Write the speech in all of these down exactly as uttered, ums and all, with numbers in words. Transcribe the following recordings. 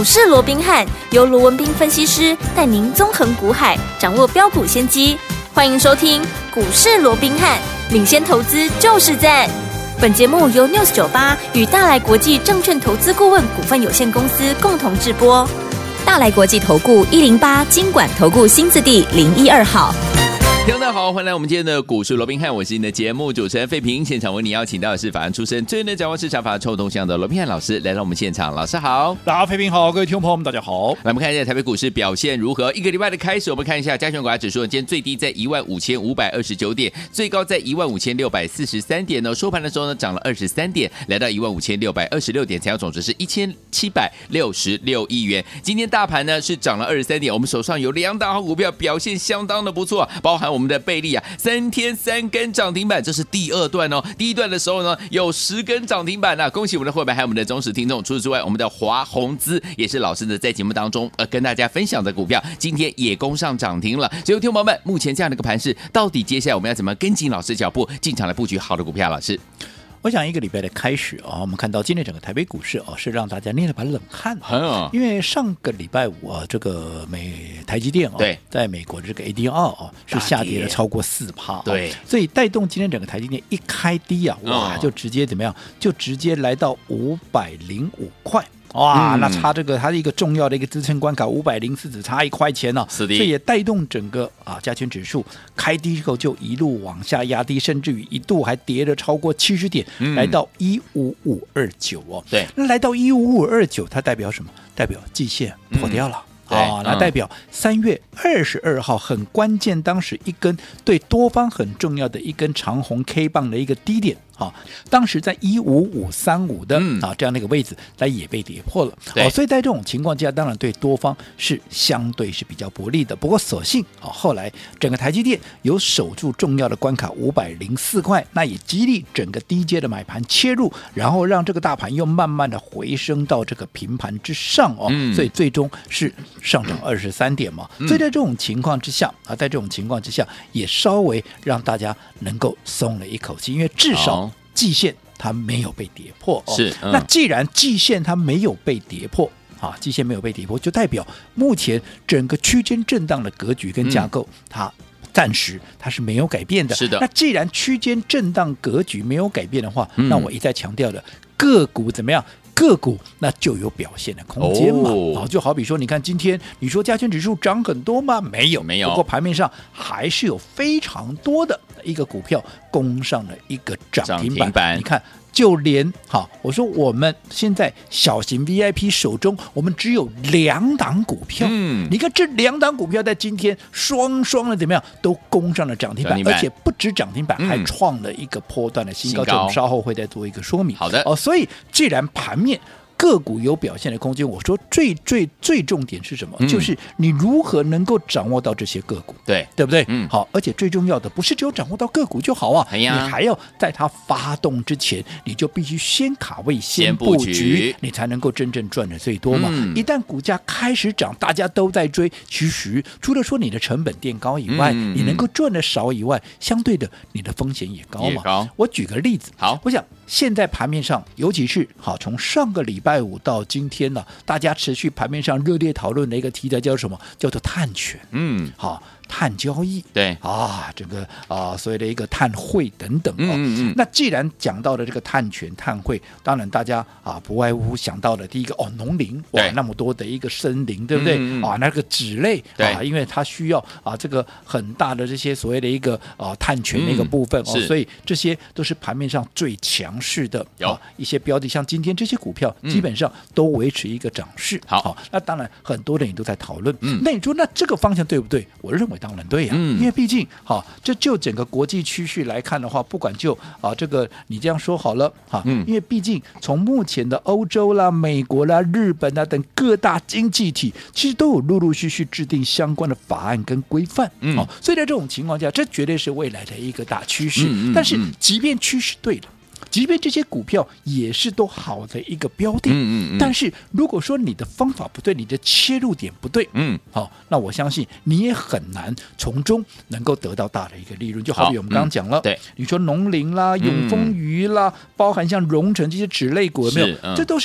市罗宾汉由罗文彬分析师带您纵横股海，掌握标股先机。欢迎收听股市罗宾汉，领先投资就是赞。本节目由 News 九十八与大来国际证券投资顾问股份有限公司共同制播。大来国际投顾一零八金管投顾新字第零一二号。 听众大家好，欢迎来我们今天的股市罗宾汉，我是你的节目主持人费平。现场为你邀请到的是法案出身、最能掌握市场法臭动向的罗宾汉老师来到我们现场，老师好。 大家费平好，各位听众朋友们大家好。 来，我们看一下台北股市表现如何。一个礼拜的开始，我们看一下加权股价指数今天最低在一万五千五百二十九点，最高在一万五千六百四十三点呢。收盘的时候呢，涨了二十三点，来到一万五千六百二十六点，成交总值是一千七百六十六亿元。今天大盘呢是涨了二十三点，我们手上有两档好股票表现相当的不错，包含我们的贝利啊。三天三根涨停板，这是第二段哦。第一段的时候呢，有十根涨停板啊！恭喜我们的会员还有我们的忠实听众。除此之外，我们的华宏资也是老师呢在节目当中呃跟大家分享的股票，今天也攻上涨停了。所以，听众朋友们，目前这样的一个盘势，到底接下来我们要怎么跟紧老师的脚步，进场来布局好的股票？老师。 我想一个礼拜的开始啊，我们看到今天整个台北股市啊是让大家捏了把冷汗、啊，因为上个礼拜五啊，这个美台积电啊， 对， 在美国的这个 A D R 啊是下跌了超过四趴， 对， 所以带动今天整个台积电一开低啊，哇，就直接怎么样？就直接来到五百零五块。哇，那差这个它是一个重要的一个支撑关卡，五百零四只差一块钱呢、哦，所以也带动整个啊加权指数开低之后就一路往下压低，甚至于一度还跌了超过七十点，嗯、来到一五五二九哦。 对， 那来到一五五二九，它代表什么？代表季线破掉了。嗯啊、哦，那代表三月二十二号很关键，当时一根对多方很重要的一根长红 K 棒的一个低点啊，当时在一五五三五的、嗯、啊这样的一个位置，它也被跌破了。哦，所以在这种情况下，当然对多方是相对是比较不利的。不过所幸啊，后来整个台积电有守住重要的关卡五百零四块，那也激励整个低阶的买盘切入，然后让这个大盘又慢慢的回升到这个平盘之上哦，嗯、所以最终是上涨二十三点嘛。所以在这种情况之下啊，在这种情况之下，也稍微让大家能够松了一口气，因为至少季线它没有被跌破、哦、 是、嗯、 那既然季线它没有被跌破啊，季线没有被跌破，就代表目前整个区间震荡的格局跟架构、嗯、它暂时它是没有改变的。 是的。 那既然区间震荡格局没有改变的话、嗯、那我一再强调的个股怎么样，个股那就有表现的空间嘛、哦、就好比说你看今天你说加权指数涨很多吗？没有没有， 不过盘面上还是有非常多的一个股票攻上了一个涨停板，涨停板你看就连好，我说我们现在小型 V I P 手中我们只有两档股票，嗯，你看这两档股票在今天双双的怎么样都攻上了涨停板，而且不止涨停板、嗯、还创了一个波段的新高，这我们稍后会再做一个说明。 好的哦，所以既然盘面个股有表现的空间，我说最最最重点是什么、嗯、就是你如何能够掌握到这些个股， 对对不对、 嗯、 好，而且最重要的不是只有掌握到个股就好啊、 哎、你还要在它发动之前你就必须先卡位先布 局, 先布局你才能够真正赚的最多嘛、嗯、一旦股价开始涨大家都在追，其实除了说你的成本垫高以外、嗯、你能够赚的少以外，相对的你的风险也高嘛。 也高。 我举个例子， 好， 我想现在盘面上尤其是好从上个礼拜五到今天呢、啊，大家持续盘面上热烈讨论的一个题材叫什么？叫做碳权。嗯，好，碳交易。 对啊，整个啊所谓的一个碳汇等等、哦、 嗯嗯嗯。 那既然讲到了这个碳权、碳汇，当然大家啊不外乎想到的第一个哦，农林哇那么多的一个森林，对不对？嗯嗯啊，那个脂类啊，因为它需要啊这个很大的这些所谓的一个啊碳权的一个部分、嗯、哦，所以这些都是盘面上最强势的啊一些标的，像今天这些股票、嗯、基本上都维持一个涨势。 好， 好，那当然很多人也都在讨论，嗯，那你说那这个方向对不对？我认为当然对呀、啊嗯，因为毕竟好，这就整个国际趋势来看的话，不管就啊这个你这样说好了哈、嗯，因为毕竟从目前的欧洲啦、美国啦、日本啦等各大经济体，其实都有陆陆续续制定相关的法案跟规范，嗯，哦，所以在这种情况下，这绝对是未来的一个大趋势。嗯嗯嗯、但是即便趋势对了。即便这些股票也是都好的一个标的，嗯嗯嗯，但是如果说你的方法不对，你的切入点不对，嗯，好，那我相信你也很难从中能够得到大的一个利润。就好比我们刚刚讲了，嗯、对，你说农林啦、永丰余啦、嗯，包含像荣成这些脂类股有没有？这都是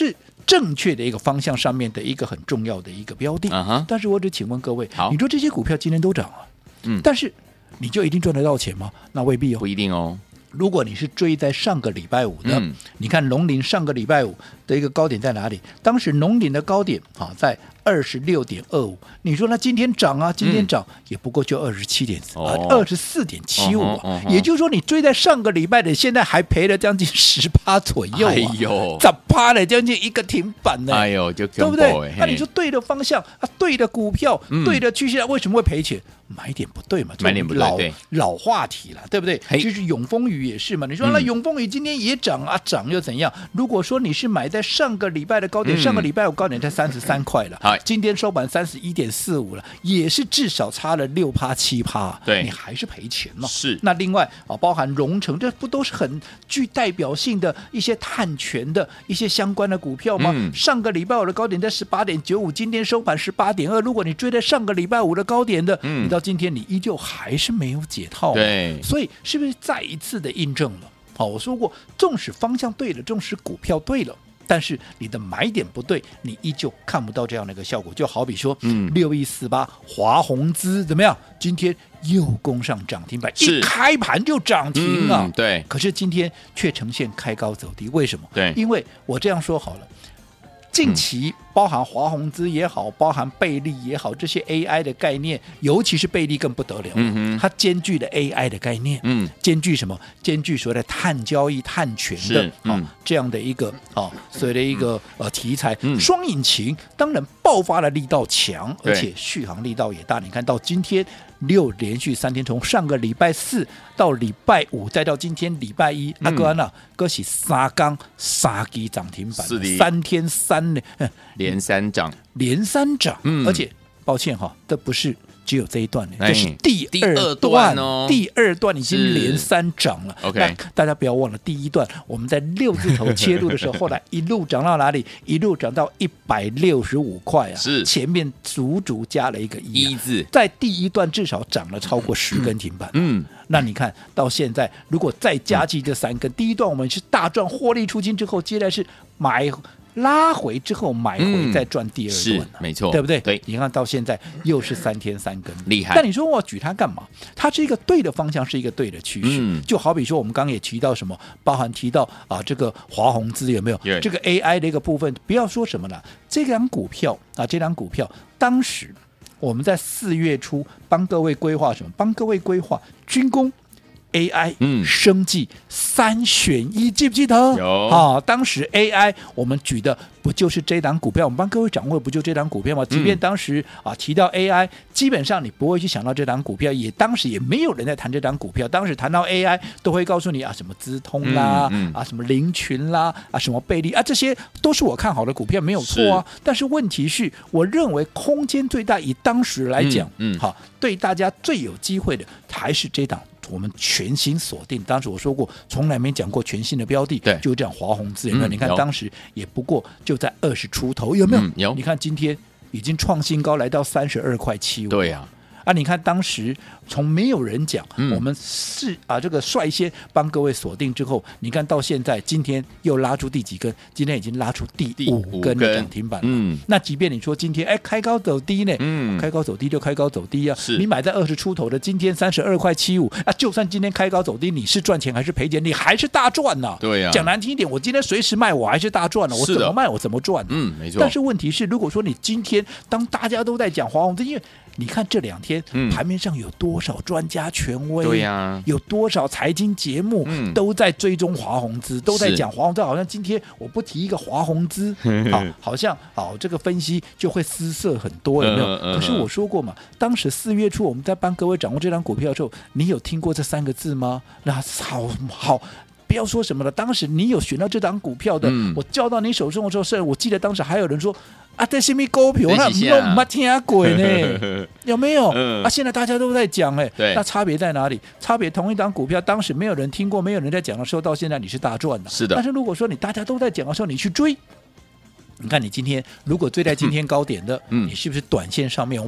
正确的一个方向上面的一个很重要的一个标的。 Uh-huh. 但是我只请问各位， 好你说这些股票今天都涨了， 嗯， 但是你就一定赚得到钱吗？那未必哦， 不一定哦。 如果你是追在上个礼拜五的， 嗯、 你看农林上个礼拜五的一个高点在哪里？当时农林的高点啊在二十六点二五，你说那今天涨啊，今天涨、嗯、也不过就二十七点啊，二十四点七五啊，也就是说你追在上个礼拜的，现在还赔了将近十趴左右啊， 哎呦， 十趴了，将近一个停板呢， 哎呦，就对不对？那你说对的方向啊，对的股票，嗯、对的趋势，为什么会赔钱？买点不对嘛， 买点不对， 老对老话题了，对不对？就是永丰余也是嘛。你说、嗯、那永丰余今天也涨啊，涨又怎样？如果说你是买在上个礼拜的高点，嗯、上个礼拜五高点才三十三块了，今天收盘三十一点四五了，也是至少差了六趴七趴， 对， 你还是赔钱嘛。 是。 那另外啊，包含荣成，这不都是很具代表性的一些碳权的一些相关的股票吗？嗯、上个礼拜五的高点在十八点九五，今天收盘十八点二。如果你追在上个礼拜五的高点的，嗯、你到今天你依旧还是没有解套， 对， 所以是不是再一次的印证了？好，我说过，纵使方向对了，纵使股票对了，但是你的买点不对，你依旧看不到这样的一个效果。就好比说，嗯，六一四八华宏资怎么样？今天又攻上涨停板，一开盘就涨停了、 嗯，对。 可是今天却呈现开高走低，为什么？ 对， 因为我这样说好了。近期包含华宏资也好，包含贝利也好，这些 A I 的概念，尤其是贝利更不得了，嗯、它兼具了 A I 的概念，嗯，兼具什么？兼具所谓的碳交易、碳权的、嗯哦、这样的一个哦，所谓的一个、嗯、呃题材，嗯、双引擎当然爆发的力道强，而且续航力道也大。你看到今天六连续三天，从上个礼拜四到礼拜五，再到今天礼拜一，阿哥安娜哥是三缸三基涨停板，三天三呢连三涨， 连三涨，嗯、而且抱歉哈，这不是只有这一段，这是第二段哦，第二段已经连三涨了。 OK， 大家不要忘了，第一段我们在六字头切入的时候，后来一路涨到哪里？一路涨到一百六十五块啊！ 是前面足足加了一个一、啊、 一字， 在第一段至少涨了超过十根停板。嗯，那你看到现在，如果再加计这三根，嗯、第一段我们是大赚获利出清之后，接下来是买。拉回之后买回再赚第二段、啊嗯、没错， 对不对？ 对， 你看到现在又是三天三根， 厉害。 但你说我举它干嘛？它是一个对的方向，是一个对的趋势。嗯、就好比说我们刚刚也提到什么，包含提到啊这个华宏资有没有？ Yeah. 这个 A I 的一个部分，不要说什么了，这张股票啊，这张股票当时我们在四月初帮各位规划什么？帮各位规划军工。A I、嗯、生技三选一，记不记得？ 有啊，当时 A I 我们举的不就是这档股票？我们帮各位掌握不就这档股票吗？即便当时啊提到 A I， 基本上你不会去想到这档股票，也当时也没有人在谈这档股票。当时谈到 A I， 都会告诉你啊什么资通啦，嗯嗯、啊什么凌群啦，啊什么贝利啊，这些都是我看好的股票，没有错啊。但是问题是，我认为空间最大，以当时来讲，嗯嗯、好对大家最有机会的还是这档。我们全新锁定，当时我说过，从来没讲过全新的标的， 对， 就这样华宏资有没有？嗯、你看当时也不过就在二十出头，有没有？ 嗯、有。 你看今天已经创新高，来到三十二块七五。 对呀、啊。 啊，你看当时从没有人讲，嗯、我们是啊这个率先帮各位锁定之后，你看到现在，今天又拉出第几根？今天已经拉出第五根的涨停板了。嗯，那即便你说今天哎开高走低呢，嗯，开高走低就开高走低啊。 是， 你买在二十出头的，今天三十二块七五啊，就算今天开高走低，你是赚钱还是赔钱？你还是大赚呐、啊。 对呀、啊， 讲难听一点，我今天随时卖，我还是大赚了。我怎么卖我怎么赚、啊。 嗯，没错。 但是问题是，如果说你今天当大家都在讲华宏资，因为你看这两天盘面上有多少专家权威， 对呀、啊， 有多少财经节目、嗯、都在追踪华宏资，都在讲华宏资。好像今天我不提一个华宏资，好，好像好这个分析就会失色很多，有没有？嗯嗯、可是我说过嘛，当时四月初我们在帮各位掌握这张股票的时候，你有听过这三个字吗？那好好。不要说什么了，当时你有选到这档股票的，嗯、我交到你手中的时候，是我记得当时还有人说啊，这什么股票，那我没听过呢，有没有？嗯、啊，现在大家都在讲哎，那差别在哪里？差别同一档股票，当时没有人听过，没有人在讲的时候，到现在你是大赚的。 是的。 但是如果说你大家都在讲的时候，你去追，你看你今天如果追在今天高点的，嗯、你是不是短线上面？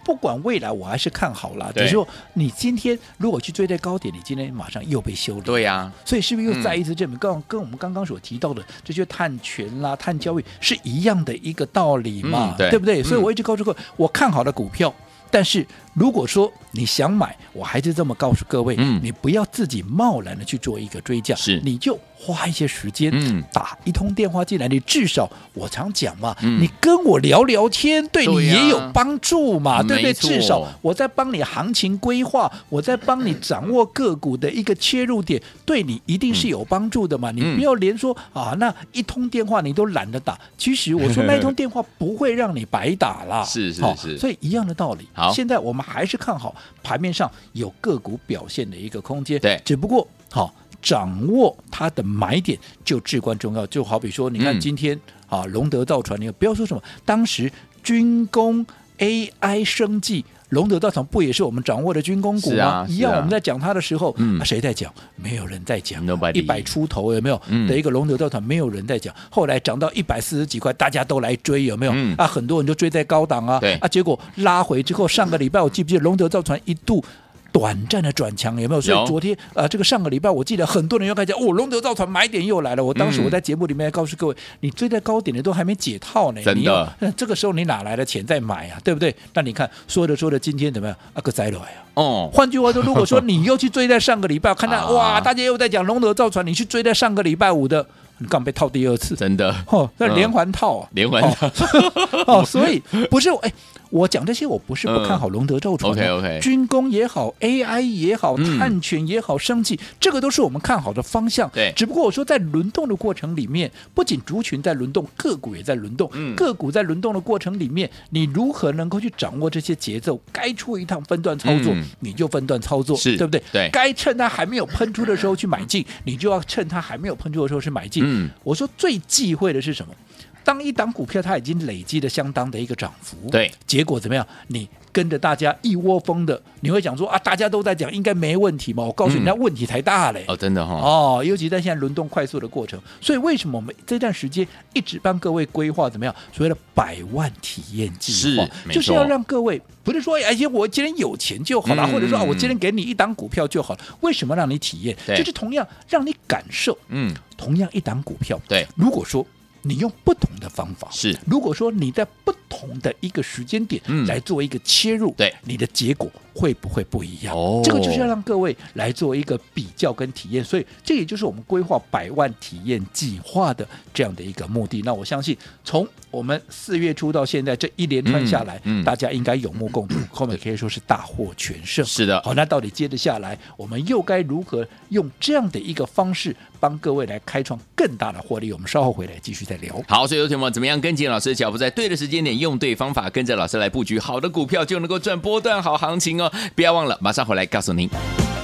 不管未来我还是看好了， 对只是说你今天如果去追在高点，你今天马上又被修理。 对呀、啊， 所以是不是又再一次证明，跟、嗯、跟我们刚刚所提到的这些碳权啦、碳交易是一样的一个道理嘛？ 嗯、对, 对不对？所以我一直嗯告诉各位，我看好的股票。但是如果说你想买，我还是这么告诉各位，嗯、你不要自己贸然的去做一个追价， 是你就花一些时间， 嗯、 打一通电话进来，你至少我常讲嘛， 嗯、 你跟我聊聊天，对你也有帮助嘛， 对,、啊、对不对？至少我在帮你行情规划，我在帮你掌握个股的一个切入点，对你一定是有帮助的嘛。嗯、你不要连说啊，那一通电话你都懒得打，其实我说那一通电话不会让你白打啦， 是是是， 所以一样的道理。 好， 现在我们还是看好盘面上有个股表现的一个空间， 对， 只不过好掌握它的买点就至关重要。就好比说，你看今天、嗯、啊，龙德造船，你不要说什么，当时军工 A I 生技。龙德造船不也是我们掌握的军工股吗？ 啊、 一样，我们在讲它的时候， 嗯啊、谁在讲？没有人在讲。 Nobody 一百出头有没有、嗯、的一个龙德造船，没有人在讲。后来涨到一百四十几块，大家都来追，有没有？ 嗯、 啊，很多人就追在高档啊。 对啊，结果拉回之后，上个礼拜我记不记得龙德造船一度短暂的转强，有没有？所以昨天呃，这个上个礼拜我记得很多人又开始讲，哦，龙德造船买点又来了。我当时我在节目里面告诉各位，嗯、你追在高点的都还没解套呢， 真的， 你这个时候你哪来的钱再买啊？对不对？那你看说着说着，今天怎么样？啊个栽了呀！ 哦， 换句话说，如果说你又去追在上个礼拜，看到、啊、哇，大家又在讲龙德造船，你去追在上个礼拜五的。你刚被套第二次， 真的哦，那连环套啊， 嗯、连环套哦，所以不是哎，我讲这些我不是不看好龙德造船、 嗯、，OK OK， 军工也好 ，A I 也好， 嗯、 碳权也好，生技，这个都是我们看好的方向。 对， 只不过我说在轮动的过程里面，不仅族群在轮动，个股也在轮动。 嗯、 个股在轮动的过程里面，你如何能够去掌握这些节奏？该出一趟分段操作，嗯、你就分段操作，对不对？ 对， 该趁它还没有喷出的时候去买进，你就要趁它还没有喷出的时候去买进。 嗯， 我说最忌讳的是什么？当一档股票它已经累积了相当的一个涨幅， 对， 结果怎么样？你跟着大家一窝蜂的，你会讲说啊，大家都在讲，应该没问题嘛？我告诉你，那、嗯、问题才大嘞！ 哦，真的哈、 哦，哦，尤其在现在轮动快速的过程，所以为什么我们这段时间一直帮各位规划怎么样？所谓的百万体验计划，就是要让各位不是说哎呀，我今天有钱就好了，嗯、或者说啊，我今天给你一档股票就好了。为什么让你体验？就是同样让你感受，嗯，同样一档股票， 对， 如果说。你用不同的方法是， 如果说你在不同的一个时间点来做一个切入， 嗯、对， 你的结果会不会不一样？ 哦， 这个就是要让各位来做一个比较跟体验，所以这也就是我们规划百万体验计划的这样的一个目的。那我相信，从我们四月初到现在这一连串下来，嗯嗯、大家应该有目共睹，后面可以说是大获全胜。 是的， 好，那到底接着下来，我们又该如何用这样的一个方式帮各位来开创更大的获利？我们稍后回来继续再聊。 好，所以有听众怎么样跟紧老师的脚步，在对的时间点，用对方法，跟着老师来布局好的股票，就能够赚波段好行情哦！不要忘了，马上回来告诉您。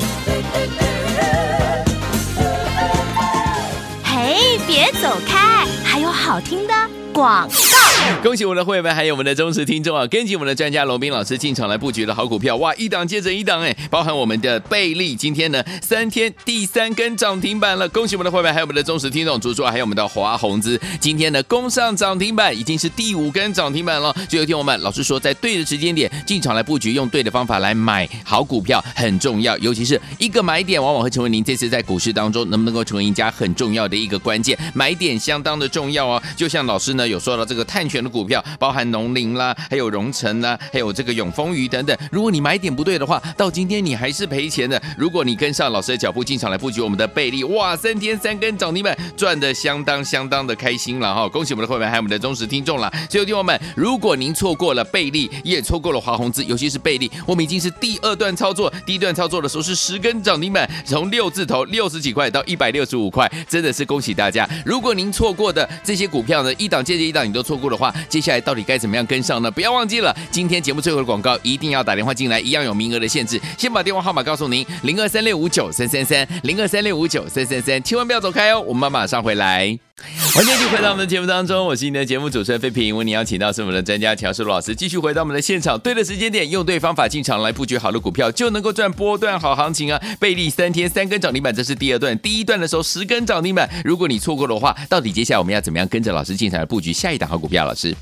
嘿，别走开，还有好听的广告。 恭喜我们的会员还有我们的忠实听众啊！跟紧我们的专家龙斌老师进场来布局的好股票，哇，一档接着一档哎，包含我们的贝利，今天呢三天第三根涨停板了。恭喜我们的会员还有我们的忠实听众，主主还有我们的华宏资，今天呢攻上涨停板，已经是第五根涨停板了。所以有听我们老师说，在对的时间点进场来布局，用对的方法来买好股票很重要，尤其是一个买点，往往会成为您这次在股市当中能不能够成为赢家很重要的一个关键。买点相当的重要哦，就像老师呢有说到这个碳权的股票，包含农林啦，还有荣成啦，还有这个永丰余等等。如果你买点不对的话，到今天你还是赔钱的。如果你跟上老师的脚步进场来布局我们的贝利，哇，三天三根涨停板，赚的相当相当的开心了哈！恭喜我们的会员还有我们的忠实听众啦。所以听众们，如果您错过了贝利，也错过了华宏资，尤其是贝利，我们已经是第二段操作，第一段操作的时候是十根涨停板，从六字头六十几块到一百六十五块，真的是恭喜大家。如果您错过的这些股票呢，一档接着一档你都错过的话，接下来到底该怎么样跟上呢？不要忘记了，今天节目最后的广告一定要打电话进来，一样有名额的限制。先把电话号码告诉您：零二三六五九三三三，零二三六五九三三三，千万不要走开哦，我们马上回来。欢迎继续回到我们的节目当中，我是你的节目主持人费平，为你邀请到是我们的专家乔世罗老师，继续回到我们的现场，对的时间点，用对方法进场来布局好的股票，就能够赚波段好行情啊！贝利三天三根涨停板，这是第二段，第一段的时候十根涨停板，如果你错过的话，到底接下来我们要怎么样跟着老师进场来布局下一档好股票？老师，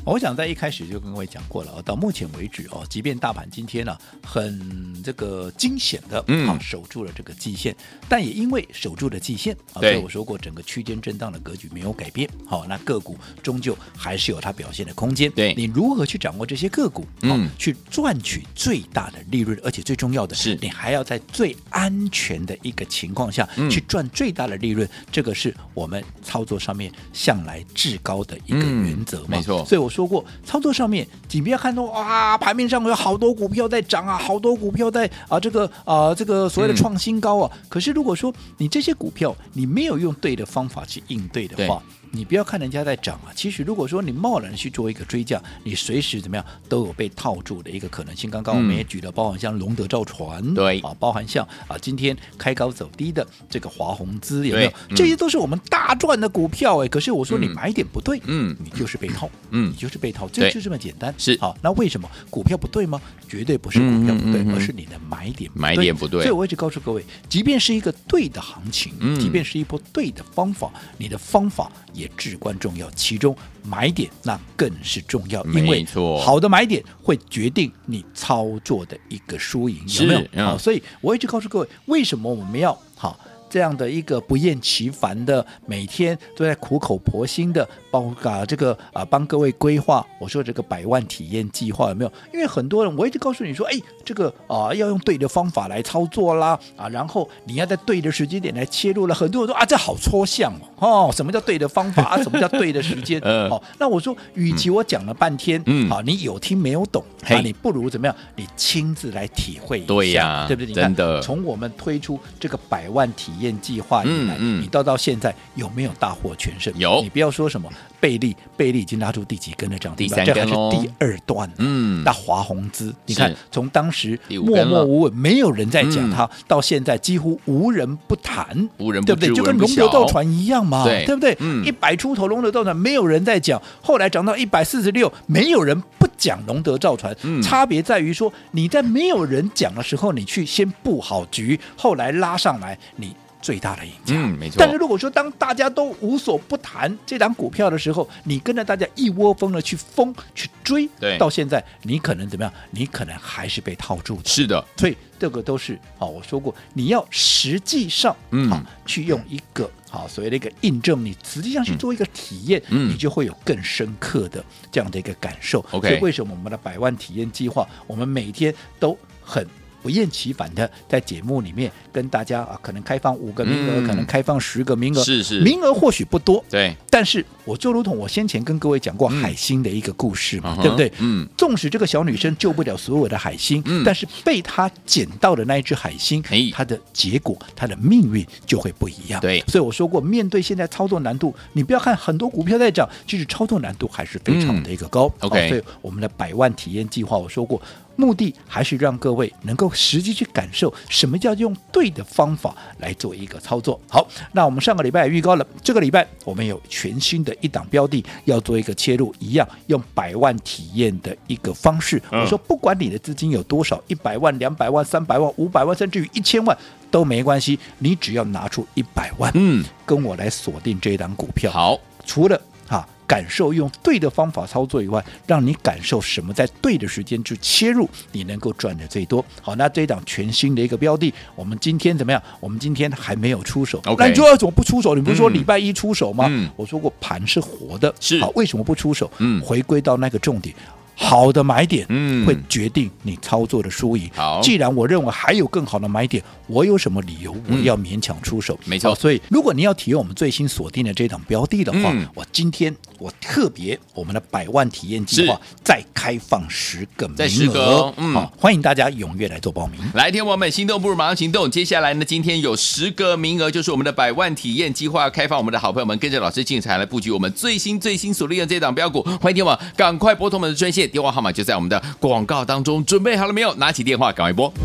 我想在一开始就跟各位讲过了，到目前为止哦，即便大盘今天呢、啊、很这个惊险的、嗯、啊守住了这个季线，但也因为守住了季线啊，所以我说过整个区间震荡的格局没有改变。好、哦，那个股终究还是有它表现的空间。 对， 你如何去掌握这些个股，嗯、哦，去赚取最大的利润，而且最重要的是，你还要在最安全的一个情况下、嗯、去赚最大的利润，这个是我们操作上面向来至高的一个原则嘛。 嗯、没错， 所以我说过，操作上面你不要看到哇，盘面上有好多股票在涨啊，好多股票在啊这个啊这个所谓的创新高啊、嗯。可是如果说你这些股票你没有用对的方法去应对的话，你不要看人家在涨啊，其实如果说你贸然去做一个追价，你随时怎么样都有被套住的一个可能性。刚刚我们也举了，包含像龙德造船， 对啊，包含像啊今天开高走低的这个华宏资，有没有？嗯、这些都是我们大赚的股票哎。可是我说你买点不对，嗯，你就是被套，嗯，你就是被套，这就这么简单。 是好，那为什么股票不对吗？绝对不是股票不对，嗯嗯嗯、而是你的买点不对买点不对。 所以我一直告诉各位，即便是一个对的行情，嗯、即便是一波对的方法，你的方法也至关重要，其中买点那更是重要，因为好的买点会决定你操作的一个输赢，有没有？嗯、好，所以我一直告诉各位，为什么我们要好这样的一个不厌其烦的，每天都在苦口婆心的包啊这个啊帮各位规划。我说这个百万体验计划有没有？因为很多人我一直告诉你说，哎，这个啊要用对的方法来操作啦啊，然后你要在对的时间点来切入了。很多人说啊，这好抽象哦，哦，什么叫对的方法啊？什么叫对的时间？哦，那我说，与其我讲了半天，嗯，好，你有听没有懂啊？你不如怎么样？你亲自来体会一下， 对呀、啊， 对不对？ 真的， 从我们推出这个百万体验计划以来，嗯嗯、你到到现在有没有大获全胜？ 有， 你不要说什么贝利，贝利已经拉出第几根的涨停板， 第三根哦，这还是第二段。嗯，那华宏资，你看从当时默默无闻，没有人在讲它，嗯、到现在几乎无人不谈， 无人不对不对？就跟龙德造船一样嘛，对, 对不对？一、嗯、百出头龙德造船，没有人在讲，后来涨到一百四十六，没有人不讲龙德造船。嗯、差别在于说，你在没有人讲的时候，你去先布好局，后来拉上来，你最大的赢家。 嗯，没错。 但是如果说当大家都无所不谈这档股票的时候，你跟着大家一窝蜂的去疯去追， 对， 到现在你可能怎么样？你可能还是被套住的。 是的， 所以这个都是好，我说过，你要实际上嗯好去用一个好所谓的一个印证，你实际上去做一个体验，嗯、你就会有更深刻的这样的一个感受。 OK， 所以为什么我们的百万体验计划，我们每天都很不厌其烦的在节目里面跟大家啊，可能开放五个名额，嗯、可能开放十个名额， 是是， 名额或许不多， 对， 但是我就如同我先前跟各位讲过海星的一个故事嘛， 嗯、 对不对？ 嗯， 纵使这个小女生救不了所有的海星，嗯、但是被她捡到的那一只海星，它的结果，它的命运就会不一样。 对， 所以我说过，面对现在操作难度，你不要看很多股票在涨，其实操作难度还是非常的一个高。 嗯、OK，、 哦、所以我们的百万体验计划，我说过。目的还是让各位能够实际去感受什么叫用对的方法来做一个操作。好，那我们上个礼拜也预告了，这个礼拜我们有全新的一档标的要做一个切入，一样用百万体验的一个方式。嗯、我说不管你的资金有多少，一百万、两百万、三百万、五百万，甚至于一千万都没关系，你只要拿出一百万，嗯，跟我来锁定这一档股票。 好， 除了啊。感受用对的方法操作以外，让你感受什么在对的时间去切入，你能够赚的最多。好，那这一档全新的一个标的，我们今天怎么样？我们今天还没有出手。 Okay. 那你说怎么不出手？你不是说礼拜一出手吗？ 嗯、 我说过盘是活的， 是好，为什么不出手？ 嗯， 回归到那个重点。好的买点嗯会决定你操作的输赢。 好， 既然我认为还有更好的买点，我有什么理由我要勉强出手？ 嗯、没错。 所以如果你要体验我们最新锁定的这档标的的话， 嗯、 我今天我特别我们的百万体验计划再开放十个名额， 再十个、哦嗯、好，欢迎大家踊跃来做报名。 来，听我们心动不如马上行动。接下来呢，今天有十个名额，就是我们的百万体验计划开放，我们的好朋友们跟着老师进场来布局我们最新最新锁定的这档标股。欢迎听我赶快拨通我们的专线，电话号码就在我们的广告当中。准备好了没有？拿起电话赶快拨。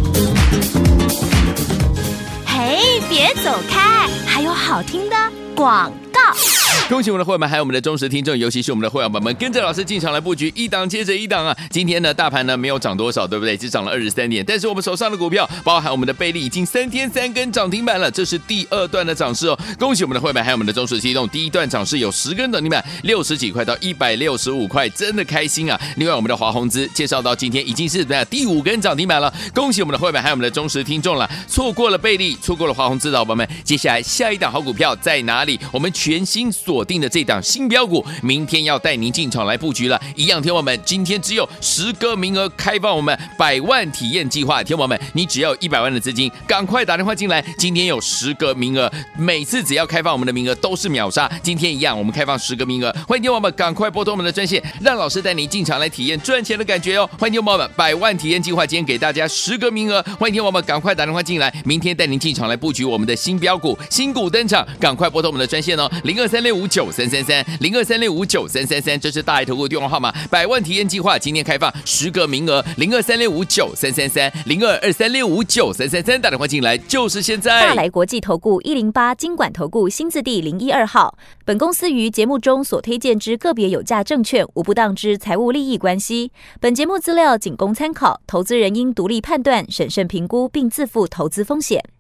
嘿，别走开，还有好听的广告。 恭喜我们的会员还有我们的忠实听众，尤其是我们的会员们们跟着老师进场来布局，一档接着一档啊！今天呢，大盘呢没有涨多少，对不对？只涨了二十三点，但是我们手上的股票，包含我们的贝利，已经三天三根涨停板了，这是第二段的涨势哦。恭喜我们的会员还有我们的忠实听众，第一段涨势有十根涨停板，六十几块到一百六十五块，真的开心啊！另外我们的华宏资介绍到今天已经是第五根涨停板了，恭喜我们的会员还有我们的忠实听众了。错过了贝利，错过了华宏资的伙伴们，接下来下一档好股票在哪里？我们全新锁定的这档新标股，明天要带您进场来布局了。一样，听我们今天只有十个名额开放我们百万体验计划，听我们，你只要有一百万的资金，赶快打电话进来。今天有十个名额，每次只要开放我们的名额都是秒杀。今天一样，我们开放十个名额，欢迎听我们赶快拨通我们的专线，让老师带您进场来体验赚钱的感觉哦。欢迎听我们百万体验计划，今天给大家十个名额，欢迎听我们赶快打电话进来，明天带您进场来布局我们的新标股，新股登场，赶快拨通我们的专线哦，零二三六五九三三三，零二三六五九三三三，这是大爱投顾的电话号码。百万体验计划今天开放十个名额，零二三六五九三三三，零二二三六五九三三三，打电话进来就是现在。 大来国际投顾一零八金管投顾新字第零一二号，本公司于节目中所推荐之个别有价证券，无不当之财务利益关系。本节目资料仅供参考，投资人应独立判断、审慎评估，并自负投资风险。